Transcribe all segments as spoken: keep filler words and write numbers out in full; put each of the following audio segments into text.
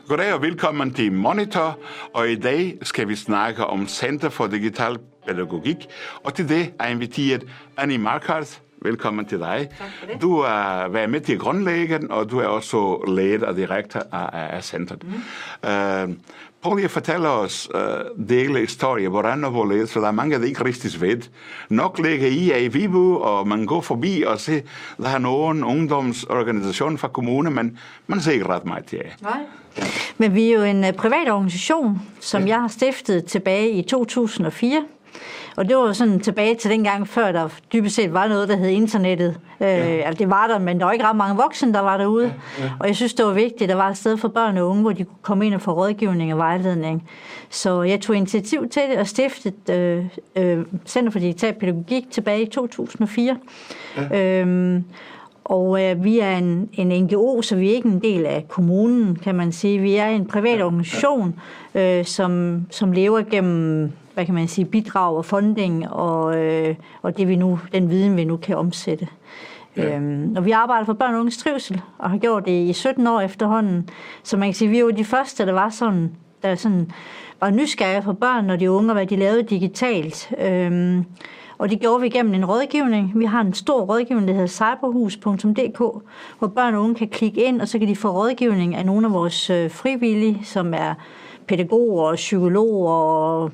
Goddag og velkommen til Monitor, og i dag skal vi snakke om Center for Digital Pædagogik, og til det er inviteret Annie Marquardt. Velkommen til dig. Du har været med til grundlæggen, og du er også leder og direktør af, af centret. Mm. Uh, prøv lige at fortælle os uh, dele historie, hvordan og hvorledes, for der er mange, der ikke rigtig ved. Nok ligger I af i Viborg, og man går forbi og ser, der er nogen ungdomsorganisation fra kommunen, men man ser ikke ret meget til jer. Nej. Men vi er jo en uh, privat organisation, som ja. jeg har stiftet tilbage i to tusind og fire. Og det var sådan tilbage til dengang, før der dybest set var noget, der hed internettet. Ja. Øh, altså det var der, men der var ikke ret mange voksne, der var derude. Ja. Ja. Og jeg synes, det var vigtigt, at der var et sted for børn og unge, hvor de kunne komme ind og få rådgivning og vejledning. Så jeg tog initiativ til det og stiftede øh, øh, Center for Digital Pædagogik tilbage i to tusind og fire. Ja. Øhm, Og øh, vi er en, en N G O, så vi er ikke en del af kommunen, kan man sige. Vi er en privat organisation, øh, som, som lever gennem, hvad kan man sige, bidrag og funding, og, øh, og det vi nu, den viden, vi nu kan omsætte. Ja. Øhm, og vi arbejder for børn og unges trivsel, og har gjort det i sytten år efterhånden. Så man kan sige, vi var de første, der var sådan, der sådan, var nysgerrige for børn og de unge, hvad de lavede digitalt. Øhm, Og det gjorde vi gennem en rådgivning. Vi har en stor rådgivning, der hedder cyberhus punktum d k, hvor børn og unge kan klikke ind, og så kan de få rådgivning af nogle af vores frivillige, som er pædagoger og psykologer og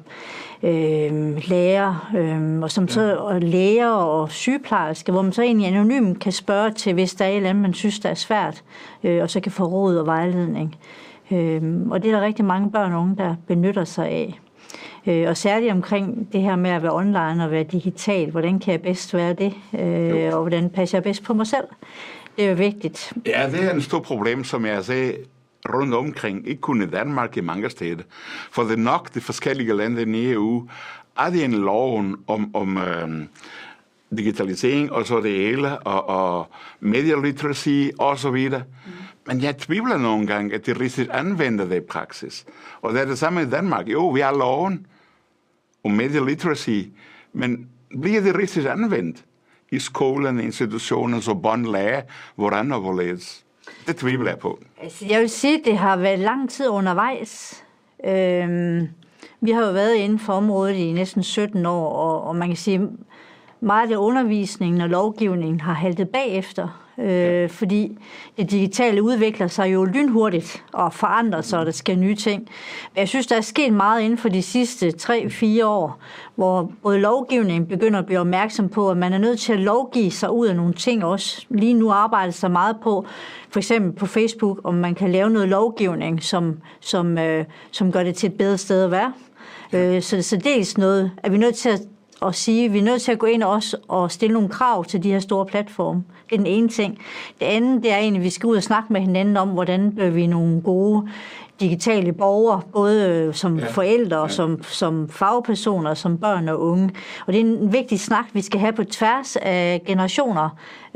øh, lærer, øh, og, som så, og læger og sygeplejersker, hvor man så egentlig anonymt kan spørge til, hvis der er et eller andet, man synes, der er svært, øh, og så kan få råd og vejledning. Øh, og det er der rigtig mange børn og unge, der benytter sig af. Og særligt omkring det her med at være online og være digital. Hvordan kan jeg bedst være det? Øh, og hvordan passer jeg bedst på mig selv? Det er jo vigtigt. Ja, det er en stor problem, som jeg ser rundt omkring. Ikke kun i Danmark, i mange steder. For det er nok de forskellige lande i E U. Er det en lov om, om øh, digitalisering, og så det hele, og, og medialiteracy, og så videre. Mm. Men jeg tvivler nogle gange, at de rigtig anvender det i praksis. Og det er det samme i Danmark. Jo, vi har loven om media literacy, men bliver det rigtig anvendt i skolen, institutioner, så børn lærer, hvordan og hvorledes? Det tvivler jeg på. Altså, jeg vil sige, at det har været lang tid undervejs. Øhm, vi har jo været inden for området i næsten sytten år, og, og man kan sige, meget af undervisningen og lovgivningen har haltet bagefter. Øh, fordi det digitale udvikler sig jo lynhurtigt og forandrer sig, og der sker nye ting. Men jeg synes, der er sket meget inden for de sidste tre fire år, hvor både lovgivningen begynder at blive opmærksom på, at man er nødt til at lovgive sig ud af nogle ting også. Lige nu arbejder sig meget på, for eksempel på Facebook, om man kan lave noget lovgivning, som, som, øh, som gør det til et bedre sted at være. Øh, så, så dels noget, er vi nødt til at og sige, at vi er nødt til at gå ind også og stille nogle krav til de her store platforme. Det er den ene ting. Det andet, det er egentlig, at vi skal ud og snakke med hinanden om, hvordan bliver vi nogle gode digitale borgere, både som ja. forældre, ja. som, som fagpersoner, som børn og unge. Og det er en vigtig snak, vi skal have på tværs af generationer.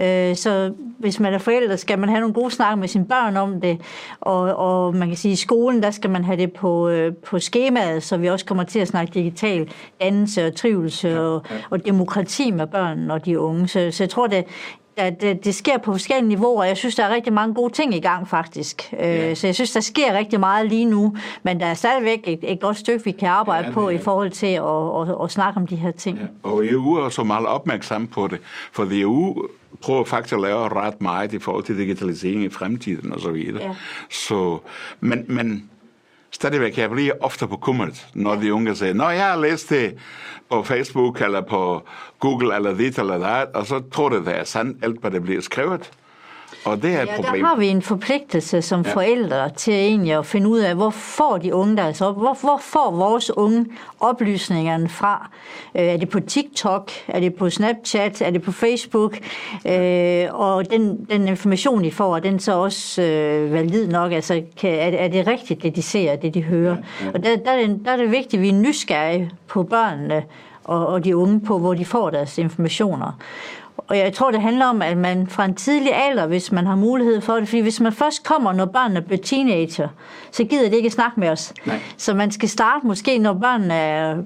Så hvis man er forældre, skal man have nogle gode snakker med sine børn om det. Og, og man kan sige, at i skolen, der skal man have det på, på skemaet, så vi også kommer til at snakke digital dannelse og trivsel ja. og, og demokrati med børn og de unge. Så, så jeg tror, det at det, det sker på forskellige niveauer. Jeg synes, der er rigtig mange gode ting i gang, faktisk. Ja. Så jeg synes, der sker rigtig meget lige nu, men der er stadigvæk et, et godt stykke, vi kan arbejde ja, på i forhold til at, at, at, at snakke om de her ting. Ja. Og E U er så meget opmærksom på det, for E U prøver faktisk at lave ret meget i forhold til digitalisering i fremtiden og så videre. Ja. Så, men, men stadigvæk, jeg bliver ofte bekymret, når de unge siger, nå, jeg har læst det på Facebook eller på Google eller dit eller dat, og så tror det, det er sandt, alt hvad det bliver skrevet. Og det er et ja, problem. Der har vi en forpligtelse som ja. forældre til egentlig at finde ud af, hvor får de unge deres op? Hvor, hvor får vores unge oplysningerne fra? Øh, er det på TikTok? Er det på Snapchat? Er det på Facebook? Øh, og den, den information, de får, er den så også øh, valid nok? Altså, kan, er, det, er det rigtigt, det de ser, det de hører? Ja, ja. Og der, der, er det, der er det vigtigt, at vi er nysgerrige på børnene og, og de unge på, hvor de får deres informationer. Og jeg tror, det handler om, at man fra en tidlig alder, hvis man har mulighed for det, fordi hvis man først kommer, når børnene bliver teenager, så gider det ikke snakke med os. Nej. Så man skal starte måske, når børnene er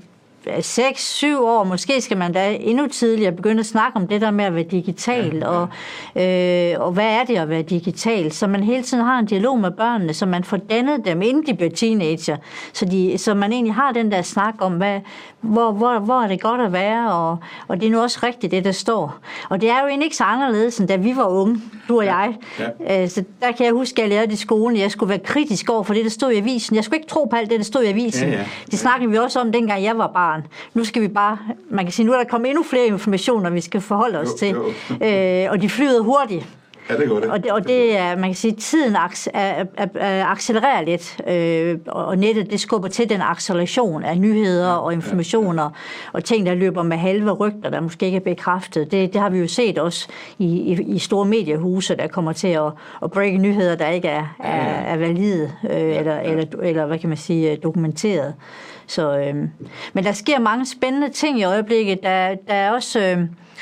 seks syv år, måske skal man da endnu tidligere begynde at snakke om det der med at være digital, ja, ja. Og, øh, og hvad er det at være digital, så man hele tiden har en dialog med børnene, så man får dannet dem, inden de bliver teenager, så, de, så man egentlig har den der snak om, hvad, hvor, hvor, hvor er det godt at være, og, og det er nu også rigtigt, det der står. Og det er jo egentlig ikke så anderledes, end da vi var unge, du og jeg. Ja, ja. Så der kan jeg huske, at jeg lærte i skolen, jeg skulle være kritisk over for det, der stod i avisen. Jeg skulle ikke tro på alt det, der stod i avisen. Ja, ja. Det snakkede vi også om, dengang jeg var barn. Nu skal vi bare, man kan sige, nu er der kommet endnu flere informationer, vi skal forholde os jo, til. Jo. Øh, og de flyder hurtigt. Ja, det går det. Og det, og det er, man kan sige, tiden aks, er, er, er, accelererer lidt, øh, og nettet det skubber til den acceleration af nyheder og informationer, og ting, der løber med halve rygter, der måske ikke er bekræftet. Det, det har vi jo set også i, i, i store mediehuse, der kommer til at, at breake nyheder, der ikke er, er, er valide, øh, eller, eller, eller hvad kan man sige, dokumenteret. Så, øh, men der sker mange spændende ting i øjeblikket. Der, der er også... Øh,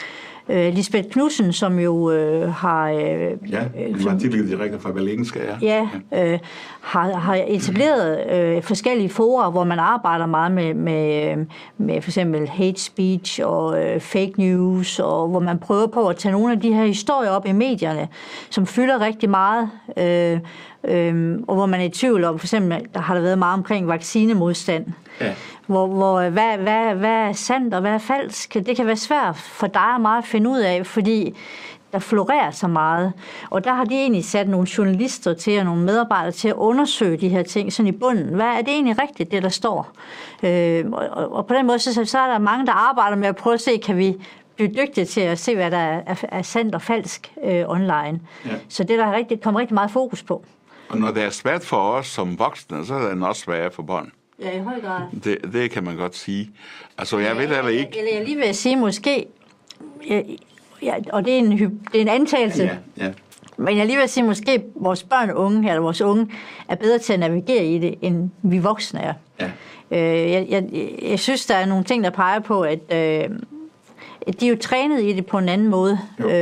Uh, Lisbeth Knudsen, som jo uh, har... Uh, ja, hun var tidligere direktør fra Berlingske, ja. Ja, uh, har, har etableret uh, forskellige fora, hvor man arbejder meget med, med, med for eksempel hate speech og uh, fake news, og hvor man prøver på at tage nogle af de her historier op i medierne, som fylder rigtig meget, uh, um, og hvor man er i tvivl om, for eksempel, der har der været meget omkring vaccinemodstand. Ja. Hvor, hvor hvad, hvad, hvad er sandt og hvad er falsk? Det kan være svært for dig meget at finde ud af, fordi der florerer så meget. Og der har de egentlig sat nogle journalister til og nogle medarbejdere til at undersøge de her ting sådan i bunden. Hvad er det egentlig rigtigt, det der står? Øh, og, og på den måde, så, så er der mange, der arbejder med at prøve at se, kan vi blive dygtige til at se, hvad der er, er sandt og falsk øh, online. Ja. Så det er der rigtig, kommer rigtig meget fokus på. Og når det er svært for os som voksne, så er det også svært for børn. Ja, i høj grad. Det, det kan man godt sige. Altså, jeg ja, ved heller ikke... Eller jeg lige vil sige, måske... Ja, ja, og det er, en, det er en antagelse. Ja, ja. Men jeg lige vil sige, måske vores børn og unge, eller vores unge, er bedre til at navigere i det, end vi voksne er. Ja. Øh, jeg, jeg, jeg synes, der er nogle ting, der peger på, at øh, de er jo trænet i det på en anden måde,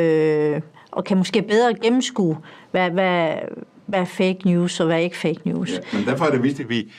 øh, og kan måske bedre gennemskue, hvad, hvad, hvad er fake news, og hvad er ikke fake news. Ja, men derfor er det vigtigt, at vi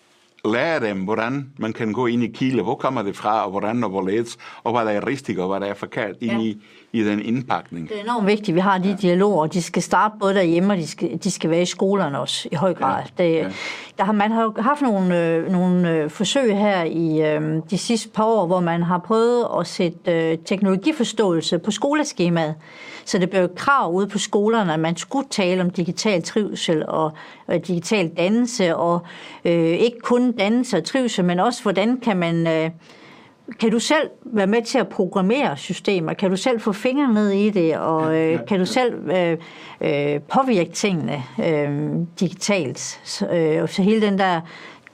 lære dem, hvordan man kan gå ind i kilder, hvor kommer det fra, og hvordan og hvorledes, og hvad der er rigtigt, og hvad der er forkert ja. ind i, i den indpakning. Det er enormt vigtigt, vi har de ja. dialoger, de skal starte både derhjemme, og de skal, de skal være i skolerne også, i høj grad. Ja. Det, ja. Der har, man har jo haft nogle, øh, nogle øh, forsøg her i øh, de sidste par år, hvor man har prøvet at sætte øh, teknologiforståelse på skoleskemaet. Så det blev et krav ude på skolerne, at man skulle tale om digital trivsel og, og digital dannelse, og øh, ikke kun dannelse og trivsel, men også hvordan kan man... Øh, kan du selv være med til at programmere systemer? Kan du selv få fingre ned i det? Og øh, kan du selv øh, øh, påvirke tingene øh, digitalt? Så, øh, så hele den der...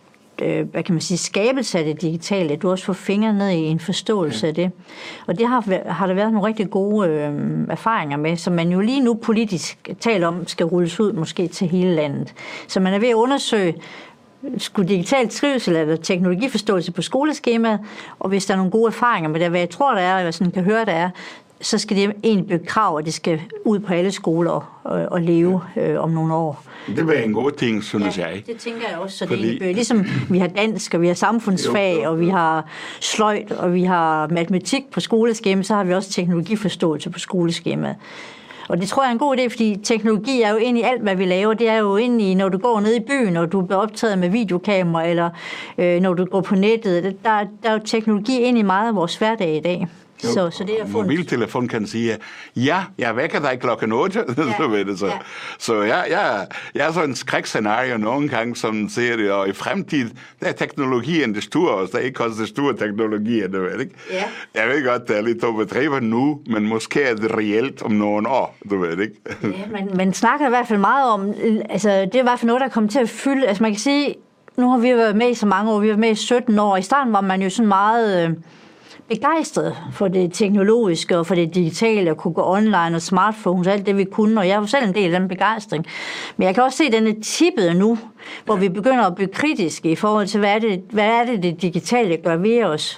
hvad kan man sige, skabelse af det digitale, du også får fingre ned i en forståelse ja. af det. Og det har, har der været nogle rigtig gode øh, erfaringer med, som man jo lige nu politisk taler om, skal rulles ud måske til hele landet. Så man er ved at undersøge, skulle digital trivsel eller teknologiforståelse på skoleskemaet, og hvis der er nogle gode erfaringer med det, hvad jeg tror, der er, og hvad sådan kan høre, der er, så skal det egentlig blive krav, at det skal ud på alle skoler og, og leve øh, om nogle år. Det vil være en god ting, synes ja, jeg. Det tænker jeg også. Så Fordi... det er ligesom vi har dansk, og vi har samfundsfag, jo, jo. og vi har sløjt, og vi har matematik på skoleskemaet, så har vi også teknologiforståelse på skoleskemaet. Og det tror jeg er en god idé, fordi teknologi er jo inde i alt, hvad vi laver. Det er jo inde i, når du går ned i byen, og du bliver optaget med videokamera, eller øh, når du går på nettet. Der, der er jo teknologi inde i meget af vores hverdag i dag. Jo, så, så det er mobiltelefon kan sige, ja, jeg vækker dig klokken otte, ja, så ved det så. Ja. Så jeg, jeg, jeg er sådan en skrækscenario nogle gange, som ser det, og i fremtiden, der er teknologien det store, og der er ikke også det store teknologier, du ved ikke? Ja. Jeg ved godt, det er lidt overdrevet nu, men måske er det reelt om nogle år, du ved ikke? Ja, men man snakker i hvert fald meget om, altså det er i hvert fald noget, der kommer til at fylde, altså man kan sige, nu har vi været med i så mange år, vi har været med i sytten år, i starten var man jo sådan meget... Øh, begejstret for det teknologiske og for det digitale, at kunne gå online og smartphones og alt det, vi kunne, og jeg er jo selv en del af den begejstring. Men jeg kan også se, at den er tippet nu, hvor vi begynder at blive kritiske i forhold til, hvad er det, hvad er det, det digitale gør ved os.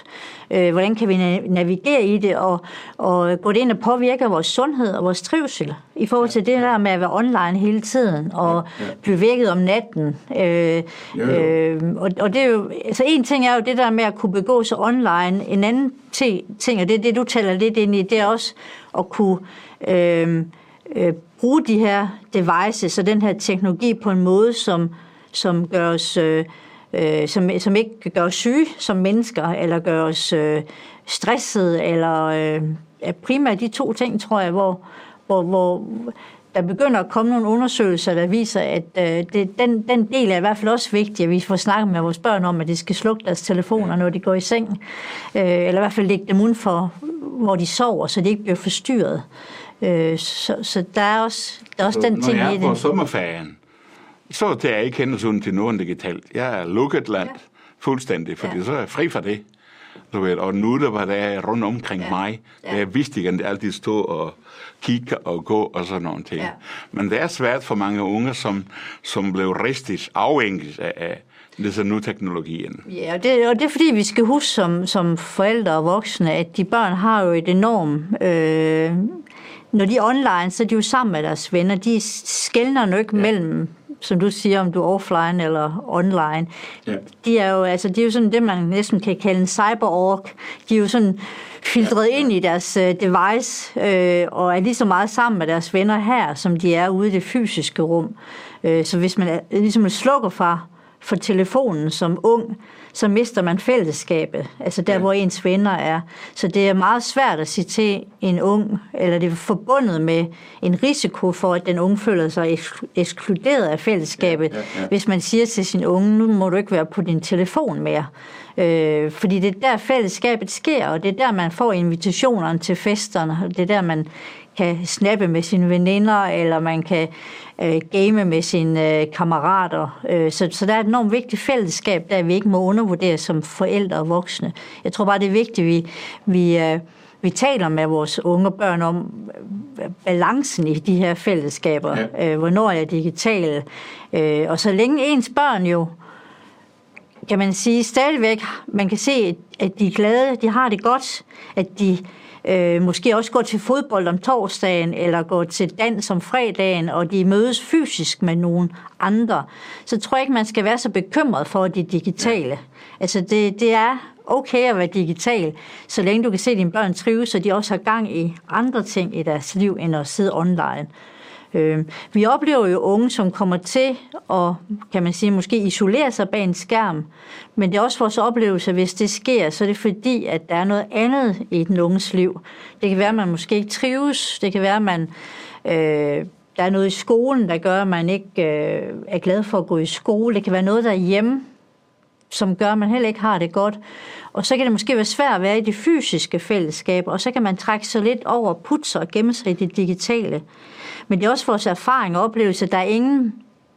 Øh, hvordan kan vi navigere i det, og, og gå det ind og påvirke vores sundhed og vores trivsel, i forhold til det der med at være online hele tiden, og blive vækket om natten. Øh, øh, og, og det er jo, altså en ting er jo det der med at kunne begå sig online, en anden ting, og det er det, du taler lidt ind i, det er også at kunne øh, øh, bruge de her devices og den her teknologi på en måde, som, som gør os, øh, øh, som, som ikke gør os syge som mennesker, eller gør os øh, stressede, eller øh, primært de to ting, tror jeg, hvor, hvor, hvor der begynder at komme nogle undersøgelser, der viser, at øh, det, den, den del er i hvert fald også vigtig, at vi får snakket med vores børn om, at de skal slukke deres telefoner, når de går i seng, øh, eller i hvert fald lægge dem udenfor, hvor de sover, så de ikke bliver forstyrret. Øh, så, så der er også, der er også den ting i det. Når jeg er på sommerferien, så det er ikke hensyn til nogen digitalt. Jeg er lukket land ja. fuldstændig, fordi ja. så er jeg fri fra det. Du ved, og nu der var der rundt omkring ja. mig, ja. jeg vidste ikke, at det altid stod og kigge og gå og sådan nogle ting. Ja. Men det er svært for mange unge, som, som blev rigtig afhængige af, af disse nu teknologien. Ja, og det, og det er fordi, vi skal huske som, som forældre og voksne, at de børn har jo et enormt... Øh, når de er online, så er de jo sammen med deres venner. De skelner jo ikke ja. mellem, som du siger, om du er offline eller online. Ja. De er jo, altså, de er jo sådan det, man næsten kan kalde en cyberorg. De er jo sådan filtreret ja. ind i deres uh, device, øh, og er lige så meget sammen med deres venner her, som de er ude i det fysiske rum. Øh, så hvis man ligesom slukker fra, for telefonen som ung, så mister man fællesskabet, altså der, ja. hvor ens venner er. Så det er meget svært at sige til en ung, eller det er forbundet med en risiko for, at den unge føler sig ekskluderet af fællesskabet, ja, ja, ja. hvis man siger til sin unge, nu må du ikke være på din telefon mere. Øh, fordi det er der, fællesskabet sker, og det er der, man får invitationerne til festerne, og det er der, man kan snappe med sine veninder, eller man kan øh, game med sine øh, kammerater. Øh, så, så der er et enormt vigtigt fællesskab, der vi ikke må undervurdere som forældre og voksne. Jeg tror bare, det er vigtigt, at vi, vi, øh, vi taler med vores unge børn om balancen i de her fællesskaber. Ja. Øh, hvornår er jeg digital? Øh, og så længe ens børn jo, kan man sige, stadigvæk, man kan se, at de er glade, de har det godt, at de Øh, måske også går til fodbold om torsdagen, eller går til dans om fredagen, og de mødes fysisk med nogle andre, så tror jeg ikke, man skal være så bekymret for de digitale. Ja. Altså, det, det er okay at være digital, så længe du kan se, at dine børn trives, så de også har gang i andre ting i deres liv, end at sidde online. Øh, vi oplever jo unge, som kommer til at, kan man sige, måske isolere sig bag en skærm, men det er også vores oplevelse, hvis det sker, så er det fordi, at der er noget andet i den unges liv. Det kan være, at man måske ikke trives, det kan være, at man, øh, der er noget i skolen, der gør, at man ikke øh, er glad for at gå i skole, det kan være noget derhjemme, som gør, at man heller ikke har det godt. Og så kan det måske være svært at være i det fysiske fællesskab, og så kan man trække sig lidt over, putte sig og gemme sig i det digitale. Men det er også vores erfaring og oplevelse, at der er ingen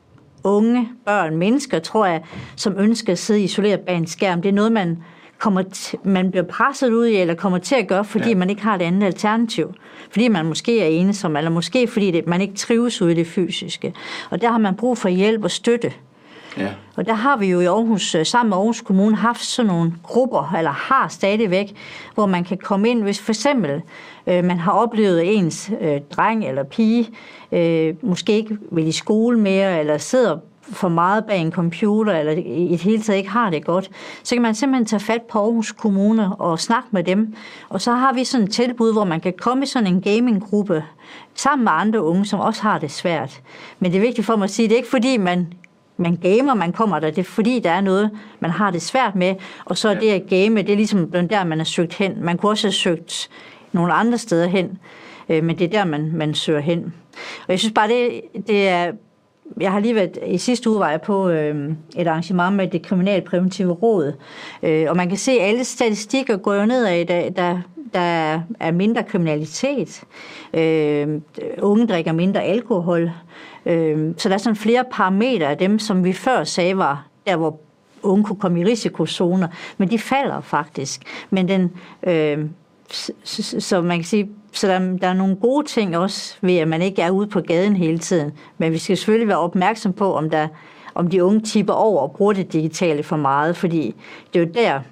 unge, børn, mennesker, tror jeg, som ønsker at sidde isoleret bag en skærm. Det er noget, man, kommer t- man bliver presset ud i, eller kommer til at gøre, fordi ja. man ikke har et andet alternativ. Fordi man måske er ensom, eller måske fordi det, man ikke trives ude i det fysiske. Og der har man brug for hjælp og støtte. Ja. Og der har vi jo i Aarhus, sammen med Aarhus Kommune, haft sådan nogle grupper, eller har stadigvæk, hvor man kan komme ind, hvis for eksempel øh, man har oplevet, at ens øh, dreng eller pige øh, måske ikke vil i skole mere, eller sidder for meget bag en computer, eller i det hele taget ikke har det godt, så kan man simpelthen tage fat på Aarhus Kommune og snakke med dem. Og så har vi sådan et tilbud, hvor man kan komme i sådan en gaminggruppe sammen med andre unge, som også har det svært. Men det er vigtigt for mig at sige, det er ikke fordi, man man gamer, man kommer der, det er fordi, der er noget, man har det svært med, og så er det at game, det er ligesom der, man har søgt hen. Man kunne også have søgt nogle andre steder hen, øh, men det er der, man, man søger hen. Og jeg synes bare, det, det er... Jeg har lige været, i sidste uge var jeg på øh, et arrangement med det kriminalpræventive råd, øh, og man kan se, at alle statistikker går jo nedad, der, der, der er mindre kriminalitet, øh, unge drikker mindre alkohol, øh, så der er sådan flere parametre af dem, som vi før sagde var der, hvor unge kunne komme i risikozoner, men de falder faktisk. Men den, øh, så, så man kan sige, så der, der er nogle gode ting også ved, at man ikke er ude på gaden hele tiden. Men vi skal selvfølgelig være opmærksom på, om, der, om de unge tipper over og bruger det digitale for meget, fordi det er jo der,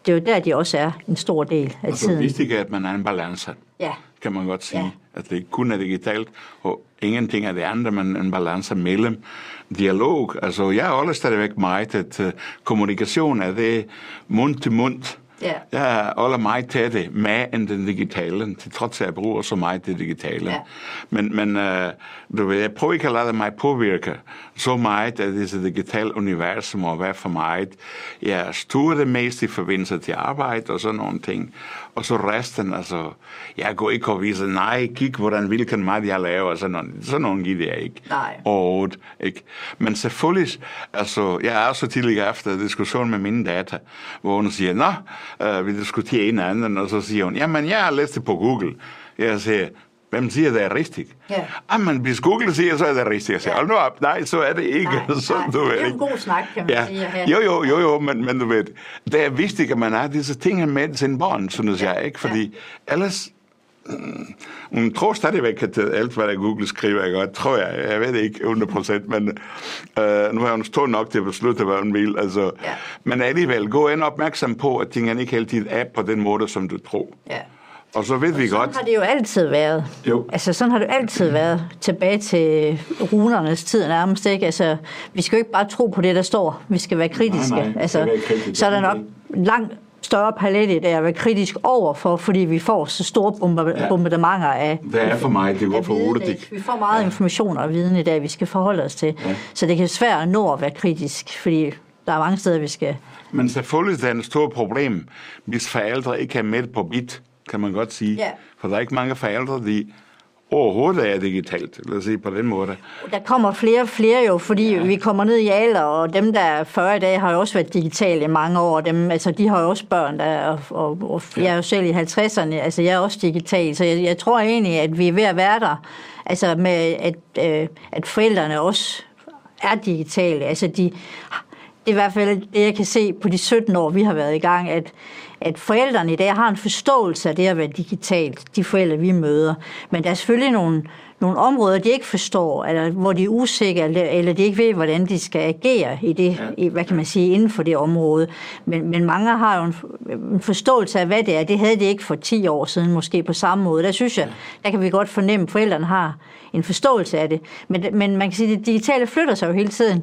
det er jo der, de også er en stor del af altså, tiden. Vidste ikke, at man er en balance, ja. kan man godt sige. Ja. At det ikke kun er digitalt, og ingenting af det andre, men en balance mellem dialog. Altså, jeg holder stadigvæk meget, at uh, kommunikation er det mund til mund. Ja. Jeg holder meget til det, med end den digitale, til trods af, at jeg bruger så meget det digitale. Ja. Men, men uh, du ved, jeg prøver ikke at lade mig påvirke så meget af disse digitale univers, må være for meget. Jeg stuer det mest i forbindelse til arbejde og sådan nogle ting. Og så resten, altså, jeg går ikke og viser, nej, kig, hvordan, hvilken mad jeg laver, sådan nogle, sådan nogle gider jeg ikke. Nej. Overhovedet ikke. Men selvfølgelig, altså, jeg er også tidligere efter diskussion med mine data, hvor hun siger, nå, uh, vi diskuterer en anden, og så siger hun, jamen, jeg har læst det på Google. Jeg siger, hvem siger, det er rigtigt? Ja. Ah, men hvis Google siger, så er det rigtigt. Jeg siger, hold nu op, nej, så er det ikke. Nej, så, nej. Du ved, det er en god snak, kan man ja. sige. Her. Jo, jo, jo, jo, men, men du ved, det er vigtigt, at man har disse ting med sine børn, synes jeg, ikke? Fordi ja. ellers, mm, hun tror stadigvæk, at alt, hvad der Google skriver, jeg godt, tror jeg, jeg ved det ikke hundrede procent, men øh, nu har hun stor nok til at beslutte, hvad hun vil, altså, ja. Men alligevel, gå ind opmærksom på, at tingene ikke altid er på den måde, som du tror. Ja. Og så ved og vi sådan godt. har det jo altid været. Jo. Altså sådan har det altid været tilbage til runernes tid nærmest, ikke? Altså vi skal jo ikke bare tro på det der står. Vi skal være kritiske. Nej, nej, altså være kritisk. så er der nok langt større palet i det at være kritisk overfor, fordi vi får så store bombardementer af. Det er for mig, det går for hurtigt. Vi får meget ja. information og viden i dag, vi skal forholde os til. Ja. Så det kan svært at nå at være kritisk, fordi der er mange steder, vi skal. Men selvfølgelig er det et stort problem, hvis forældre ikke er med på bit, kan man godt sige. Ja. For der er ikke mange forældre, de overhovedet er digitalt, lad os sige på den måde. Der kommer flere og flere jo, fordi ja. vi kommer ned i alder, og dem, der er fyrre i dag, har jo også været digitale i mange år. Dem, altså, de har jo også børn, der, og, og, og ja. jeg er jo selv i halvtredserne, altså jeg er også digital, så jeg, jeg tror egentlig, at vi er ved at være der, altså med, at, øh, at forældrene også er digitale. Altså de, det er i hvert fald det, jeg kan se på de sytten år, vi har været i gang, at at forældrene i dag har en forståelse af det at være digitalt, de forældre, vi møder. Men der er selvfølgelig nogle, nogle områder, de ikke forstår, eller hvor de er usikre, eller, eller de ikke ved, hvordan de skal agere i det, ja. i, hvad kan man sige, inden for det område. Men, men mange har jo en, en forståelse af, hvad det er. Det havde de ikke for ti år siden, måske på samme måde. Der synes jeg, der kan vi godt fornemme, at forældrene har en forståelse af det. Men, men man kan sige, at det digitale flytter sig jo hele tiden.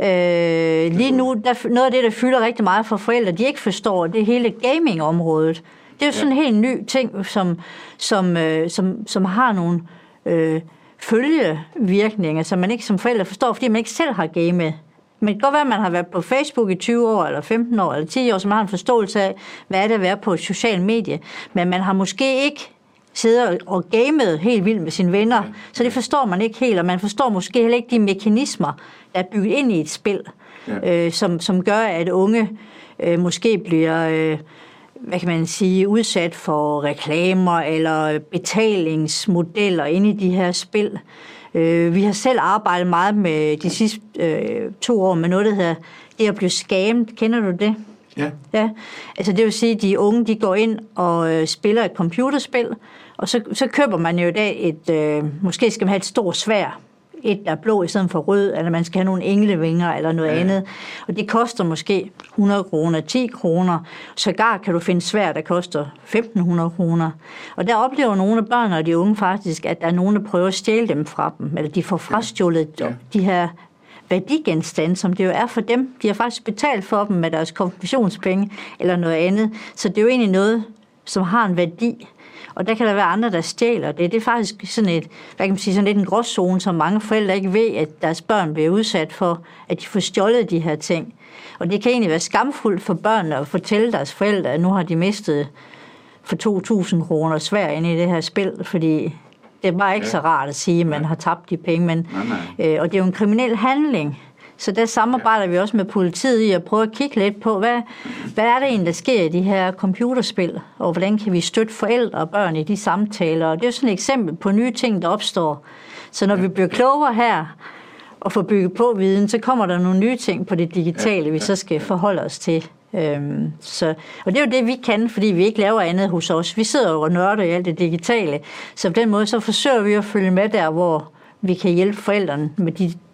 Øh, lige nu, der, noget af det, der fylder rigtig meget for forældre, de ikke forstår, det er hele gaming-området. Det er jo sådan en helt ny ting, som, som, øh, som, som har nogle øh, følgevirkninger, som man ikke som forældre forstår, fordi man ikke selv har gamet. Men det kan godt være, at man har været på Facebook i tyve år, eller femten år, eller ti år, så man har en forståelse af, hvad er det at være på et socialt medie. Men man har måske ikke sidder og gamet helt vildt med sine venner, ja. Så det forstår man ikke helt, og man forstår måske heller ikke de mekanismer, der er bygget ind i et spil, ja. øh, som, som gør, at unge øh, måske bliver, øh, hvad kan man sige, udsat for reklamer eller betalingsmodeller inde i de her spil. Øh, vi har selv arbejdet meget med de sidste øh, to år med noget, der hedder det at blive scammet. Kender du det? Ja. Ja. Altså det vil sige, at de unge de går ind og øh, spiller et computerspil, og så, så køber man jo i dag et, øh, måske skal man have et stort sværd, et der er blå i stedet for rød, eller man skal have nogle englevinger eller noget ja. andet. Og det koster måske hundrede kroner, ti kroner. Sågar kan du finde sværd, der koster femten hundrede kroner. Og der oplever nogle af børnene og de unge faktisk, at der er nogen, der prøver at stjæle dem fra dem, eller de får frastjålet ja. Ja. de her værdigenstande, som det jo er for dem. De har faktisk betalt for dem med deres konfirmationspenge eller noget andet. Så det er jo egentlig noget, som har en værdi. Og der kan der være andre, der stjæler det. Det er faktisk sådan et, hvad kan man sige, sådan lidt en gråzone, som mange forældre ikke ved, at deres børn bliver udsat for, at de får stjålet de her ting. Og det kan egentlig være skamfuldt for børnene at fortælle deres forældre, at nu har de mistet for to tusind kroner sværd inde i det her spil, fordi det er bare ikke ja. så rart at sige, at man har tabt de penge. Men, nej, nej. Øh, og det er jo en kriminel handling. Så der samarbejder ja. vi også med politiet i at prøve at kigge lidt på, hvad, hvad er det egentlig, der sker i de her computerspil, og hvordan kan vi støtte forældre og børn i de samtaler. Og det er jo sådan et eksempel på nye ting, der opstår. Så når ja. vi bliver klogere her og får bygget på viden, så kommer der nogle nye ting på det digitale, ja. vi så skal forholde os til. Øhm, så, og det er jo det, vi kan, fordi vi ikke laver andet hos os. Vi sidder jo og nørder i alt det digitale. Så på den måde, så forsøger vi at følge med der, hvor vi kan hjælpe forældrene med de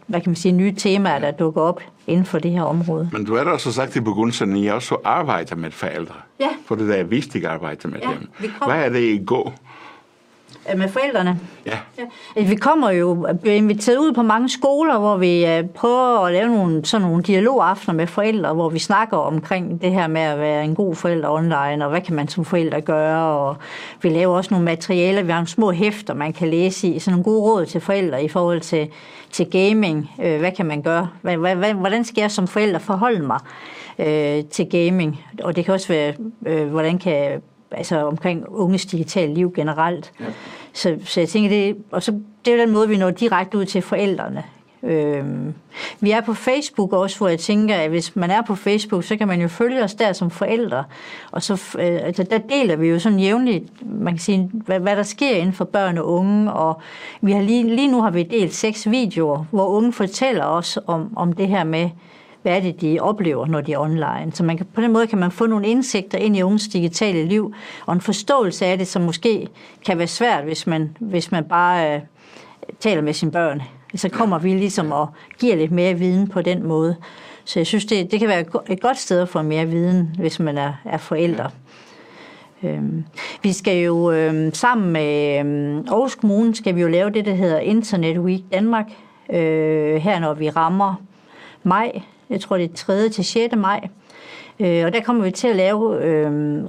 hvad kan man sige, nye temaer, der dukker op inden for det her område. Men du har da også sagt i begyndelsen, at I også arbejder med forældre. Ja. For det der er vigtigt at arbejde med ja, dem. Hvad er det, I går? Med forældrene? Ja. ja. Vi kommer jo, bliver inviteret ud på mange skoler, hvor vi prøver at lave nogle, sådan nogle dialogaftener med forældre, hvor vi snakker omkring det her med at være en god forælder online, og hvad kan man som forælder gøre, og vi laver også nogle materialer, vi har nogle små hæfter, man kan læse i, sådan nogle gode råd til forældre i forhold til, til gaming. Hvad kan man gøre? Hvordan skal jeg som forælder forholde mig øh, til gaming? Og det kan også være, øh, hvordan kan altså omkring unges digitale liv generelt. Ja. Så, så jeg tænker, det, og så, det er den måde, vi når direkte ud til forældrene. Øhm, vi er på Facebook også, hvor jeg tænker, at hvis man er på Facebook, så kan man jo følge os der som forældre. Og så øh, altså, der deler vi jo sådan jævnligt, man kan sige, hvad, hvad der sker inden for børn og unge. Og vi har lige, lige nu har vi delt seks videoer, hvor unge fortæller os om, om det her med, hvad er det, de oplever, når de er online. Så man kan, på den måde kan man få nogle indsigter ind i unges digitale liv, og en forståelse af det, som måske kan være svært, hvis man, hvis man bare øh, taler med sine børn. Så kommer vi ligesom og giver lidt mere viden på den måde. Så jeg synes, det, det kan være et godt sted at få mere viden, hvis man er, er forældre. Øhm, vi skal jo øh, sammen med øh, Aarhus Kommune, skal vi jo lave det, der hedder Internet Week Danmark, øh, her når vi rammer maj. Jeg tror, det er tredje til sjette maj. Øh, og der kommer vi til at lave øh,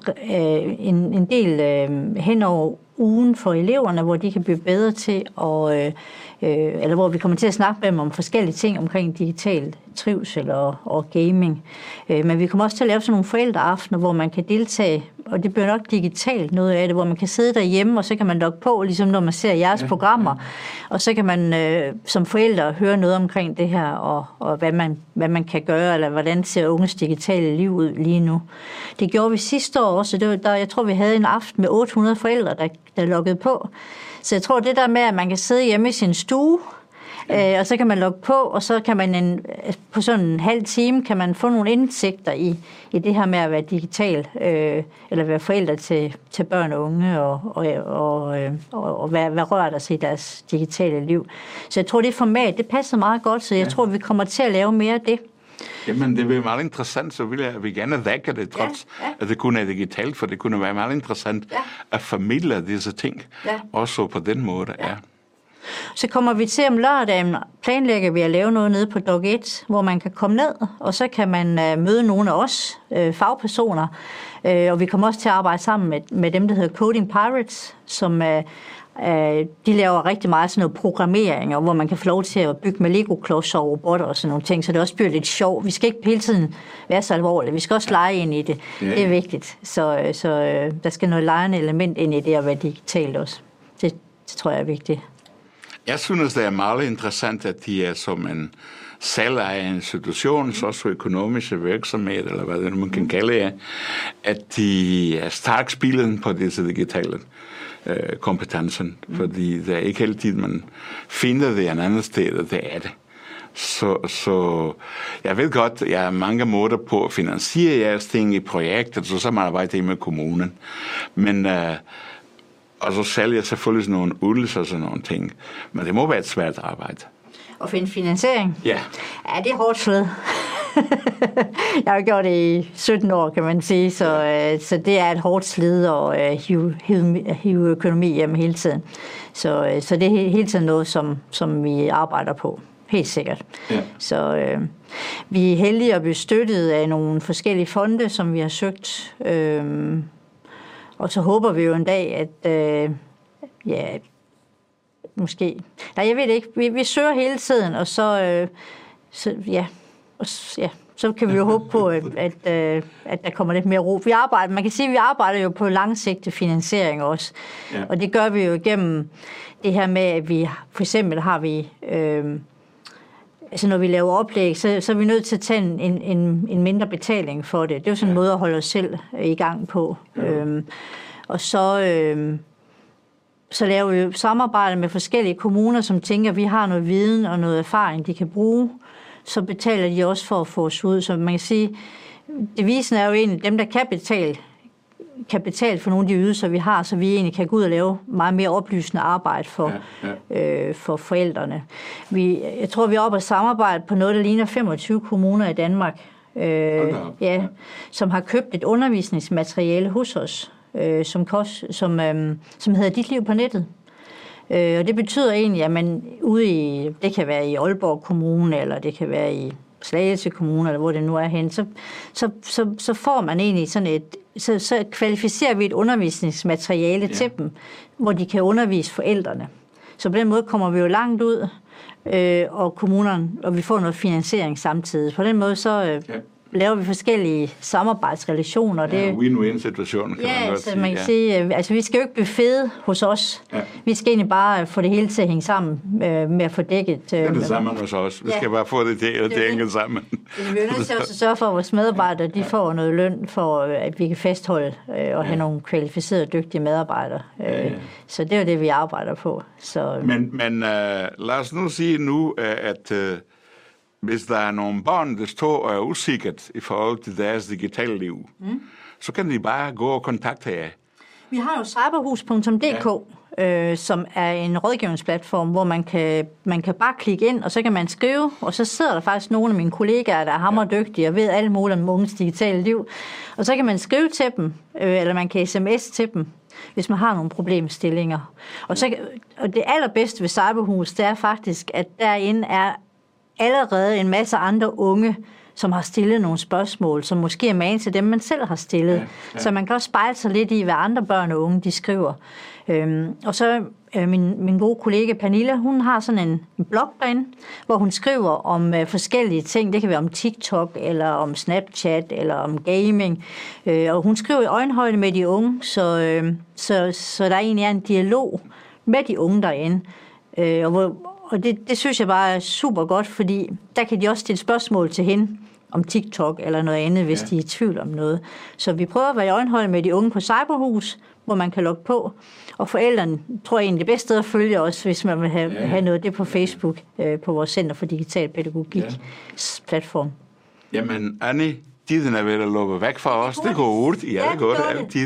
en, en del øh, hen over ugen for eleverne, hvor de kan blive bedre til at, øh, eller hvor vi kommer til at snakke med dem om forskellige ting omkring digital trivsel og, og gaming. Øh, men vi kommer også til at lave sådan nogle forældreaftener, hvor man kan deltage, og det bliver nok digitalt noget af det, hvor man kan sidde derhjemme, og så kan man logge på, ligesom når man ser jeres ja, programmer, ja. Og så kan man øh, som forældre høre noget omkring det her, og, og hvad, man, hvad man kan gøre, eller hvordan ser unges digitale liv ud lige nu. Det gjorde vi sidste år også, det var, der, jeg tror, vi havde en aften med otte hundrede forældre, der, der loggede på. Så jeg tror, det der med, at man kan sidde hjemme i sin stue, øh, og så kan man logge på, og så kan man en, på sådan en halv time, kan man få nogle indsigter i, i det her med at være digital, øh, eller være forældre til, til børn og unge, og, og, og, øh, og, og hvad, hvad rører der sig i deres digitale liv. Så jeg tror, det format, det passer meget godt, så jeg ja. tror, vi kommer til at lave mere af det. Jamen, det bliver meget interessant, så vil jeg vil gerne vække det, trods ja, ja. at det kun er digitalt, for det kunne være meget interessant ja. at formidle disse ting, ja. også på den måde. Ja. Ja. Så kommer vi til om lørdagen, planlægger vi at lave noget nede på Dog et, hvor man kan komme ned, og så kan man uh, møde nogle af os, uh, fagpersoner, uh, og vi kommer også til at arbejde sammen med, med dem, der hedder Coding Pirates, som uh, de laver rigtig meget sådan noget programmering, hvor man kan få lov til at bygge med Lego-klodser og robotter og sådan nogle ting, så det også bliver lidt sjovt. Vi skal ikke hele tiden være så alvorlige. Vi skal også lege ind i det. Ja. Det er vigtigt. Så, så der skal noget legende element ind i det at være digitalt også. Det, det tror jeg er vigtigt. Jeg synes, det er meget interessant, at de er som en selvejer institution, socioøkonomiske virksomhed, eller hvad det man kan kalde det, at de er stærkt spillet på disse digitale øh, kompetensen, mm. fordi det er ikke altid, man finder det en anden sted, og det er det. Så, så jeg ved godt, jeg har mange måder på at finansiere jeres ting i projektet, så samarbejder jeg med kommunen. Men øh, og så sælger jeg selvfølgelig sådan nogle ydelser og sådan nogle ting. Men det må være et svært arbejde. At finde finansiering? Ja. Ja, det er hårdt slid. Jeg har gjort det i sytten år, kan man sige, så, øh, så det er et hårdt slid at øh, hive, hive, hive økonomi hjem hele tiden. Så, øh, så det er hele tiden noget, som, som vi arbejder på. Helt sikkert. Ja. Så øh, vi er heldige at blive støttet af nogle forskellige fonde, som vi har søgt. Øh, og så håber vi jo en dag, at øh, ja, måske... Nej, jeg ved det ikke. Vi, vi søger hele tiden, og så... Øh, så ja... Og, ja, så kan vi jo håbe på, at, at, at der kommer lidt mere ro. Vi arbejder, man kan sige, at vi arbejder jo på langsigtet finansiering også. Ja. Og det gør vi jo igennem det her med, at vi for eksempel har vi... Øh, altså når vi laver oplæg, så, så er vi nødt til at tage en, en, en mindre betaling for det. Det er jo sådan en ja. måde at holde os selv i gang på. Ja. Øhm, og så... Øh, så laver vi jo samarbejde med forskellige kommuner, som tænker, at vi har noget viden og noget erfaring, de kan bruge. Så betaler de også for at få os ud. Så man kan sige, devisen er jo egentlig, dem der kan betale, kan betale for nogle af de ydelser, vi har, så vi egentlig kan gå ud og lave meget mere oplysende arbejde for, ja, ja. Øh, for forældrene. Vi, jeg tror, vi er oppe at samarbejde på noget, der ligner femogtyve kommuner i Danmark, øh, ja, ja. som har købt et undervisningsmateriale hos os, øh, som, kost, som, øh, som hedder Dit Liv på Nettet. Øh, og det betyder egentlig, at man ude i, det kan være i Aalborg Kommune, eller det kan være i Slagelse Kommune, eller hvor det nu er hen, så, så, så, så får man egentlig sådan et, så, så kvalificerer vi et undervisningsmateriale ja. til dem, hvor de kan undervise forældrene. Så på den måde kommer vi jo langt ud, øh, og kommunerne, og vi får noget finansiering samtidig. På den måde så øh, ja. laver vi forskellige samarbejdsrelationer. Ja, det, win-win-situationer, kan ja, man godt så sige. man kan ja. sige, altså vi skal jo ikke blive fede hos os. Ja. Vi skal egentlig bare få det hele til at hænge sammen øh, med at få dækket. Øh, det er det samme hos os. Vi ja. skal bare få det til at hænge sammen. Vi er nødt til at sørge for, at vores medarbejdere de får noget løn, for at vi kan fastholde øh, og ja. have nogle kvalificerede, dygtige medarbejdere. Øh, ja, ja. Så det er jo det, vi arbejder på. Så, men men uh, lad os nu sige nu, at... Uh, hvis der er nogle børn, der står og er usikkert i forhold til deres digitale liv, mm. så kan de bare gå og kontakte jer. Vi har jo cyberhus punktum d k, ja. øh, som er en rådgivningsplatform, hvor man kan, man kan bare klikke ind, og så kan man skrive, og så sidder der faktisk nogle af mine kollegaer, der er hammerdygtige og ved alt muligt om unges digitale liv. Og så kan man skrive til dem, øh, eller man kan sms til dem, hvis man har nogle problemstillinger. Og, så, og det allerbedste ved cyberhus, det er faktisk, at derinde er allerede en masse andre unge, som har stillet nogle spørgsmål, som måske er man til dem, man selv har stillet. Ja, ja. Så man kan også spejle sig lidt i, hvad andre børn og unge, de skriver. Øhm, og så øh, min, min gode kollega Pernille, hun har sådan en, en blog derinde, hvor hun skriver om øh, forskellige ting. Det kan være om TikTok, eller om Snapchat, eller om gaming. Øh, og hun skriver i øjenhøjde med de unge, så, øh, så, så der egentlig er en dialog med de unge derinde. Øh, og hvor Og det, det synes jeg bare er super godt, fordi der kan de også stille spørgsmål til hende om TikTok eller noget andet, hvis ja. de er i tvivl om noget. Så vi prøver at være i øjenhøjde med de unge på Cyberhus, hvor man kan logge på. Og forældrene tror jeg egentlig det bedste sted at følge os, hvis man vil have, ja. have noget. Det er på Facebook, øh, på vores Center for Digital Pædagogik ja. platform. Jamen, Annie, tiden er ved at løbe væk fra os. Det går hurtigt. Ja, det går det altid.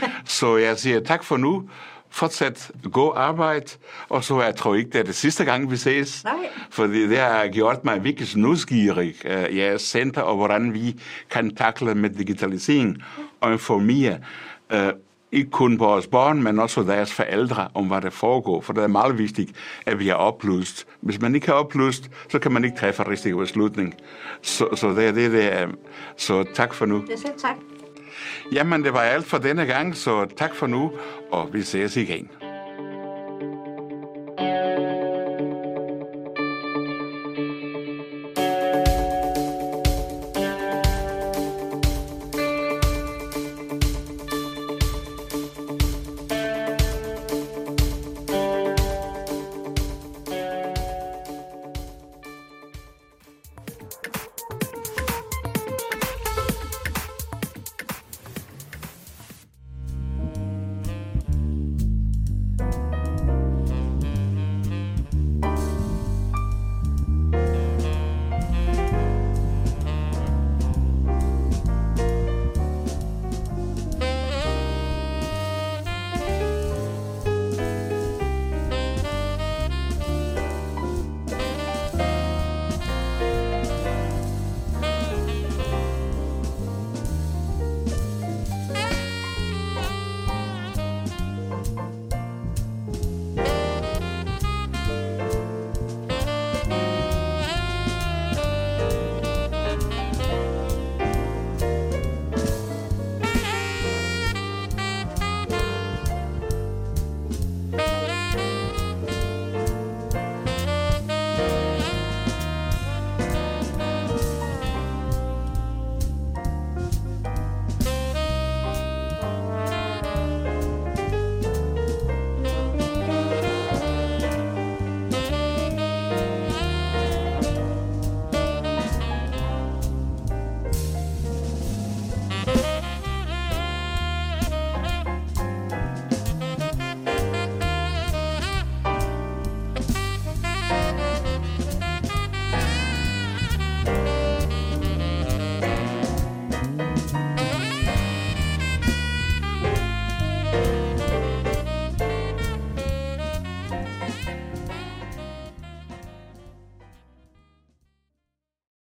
Så jeg siger tak for nu. Fortsat god arbejde, og så jeg tror ikke, det er det sidste gang, vi ses. Nej. Fordi det har gjort mig virkelig nysgerrig, uh, jeres center, og hvordan vi kan takle med digitalisering og informere uh, ikke kun vores børn, men også deres forældre om, hvad der foregår. For det er meget vigtigt, at vi er oplyst. Hvis man ikke er oplyst, så kan man ikke træffe en rigtig beslutning. Så, så det er det, det er. Så tak for nu. Jeg siger tak. Jamen, det var alt for denne gang, så tak for nu, og vi ses igen.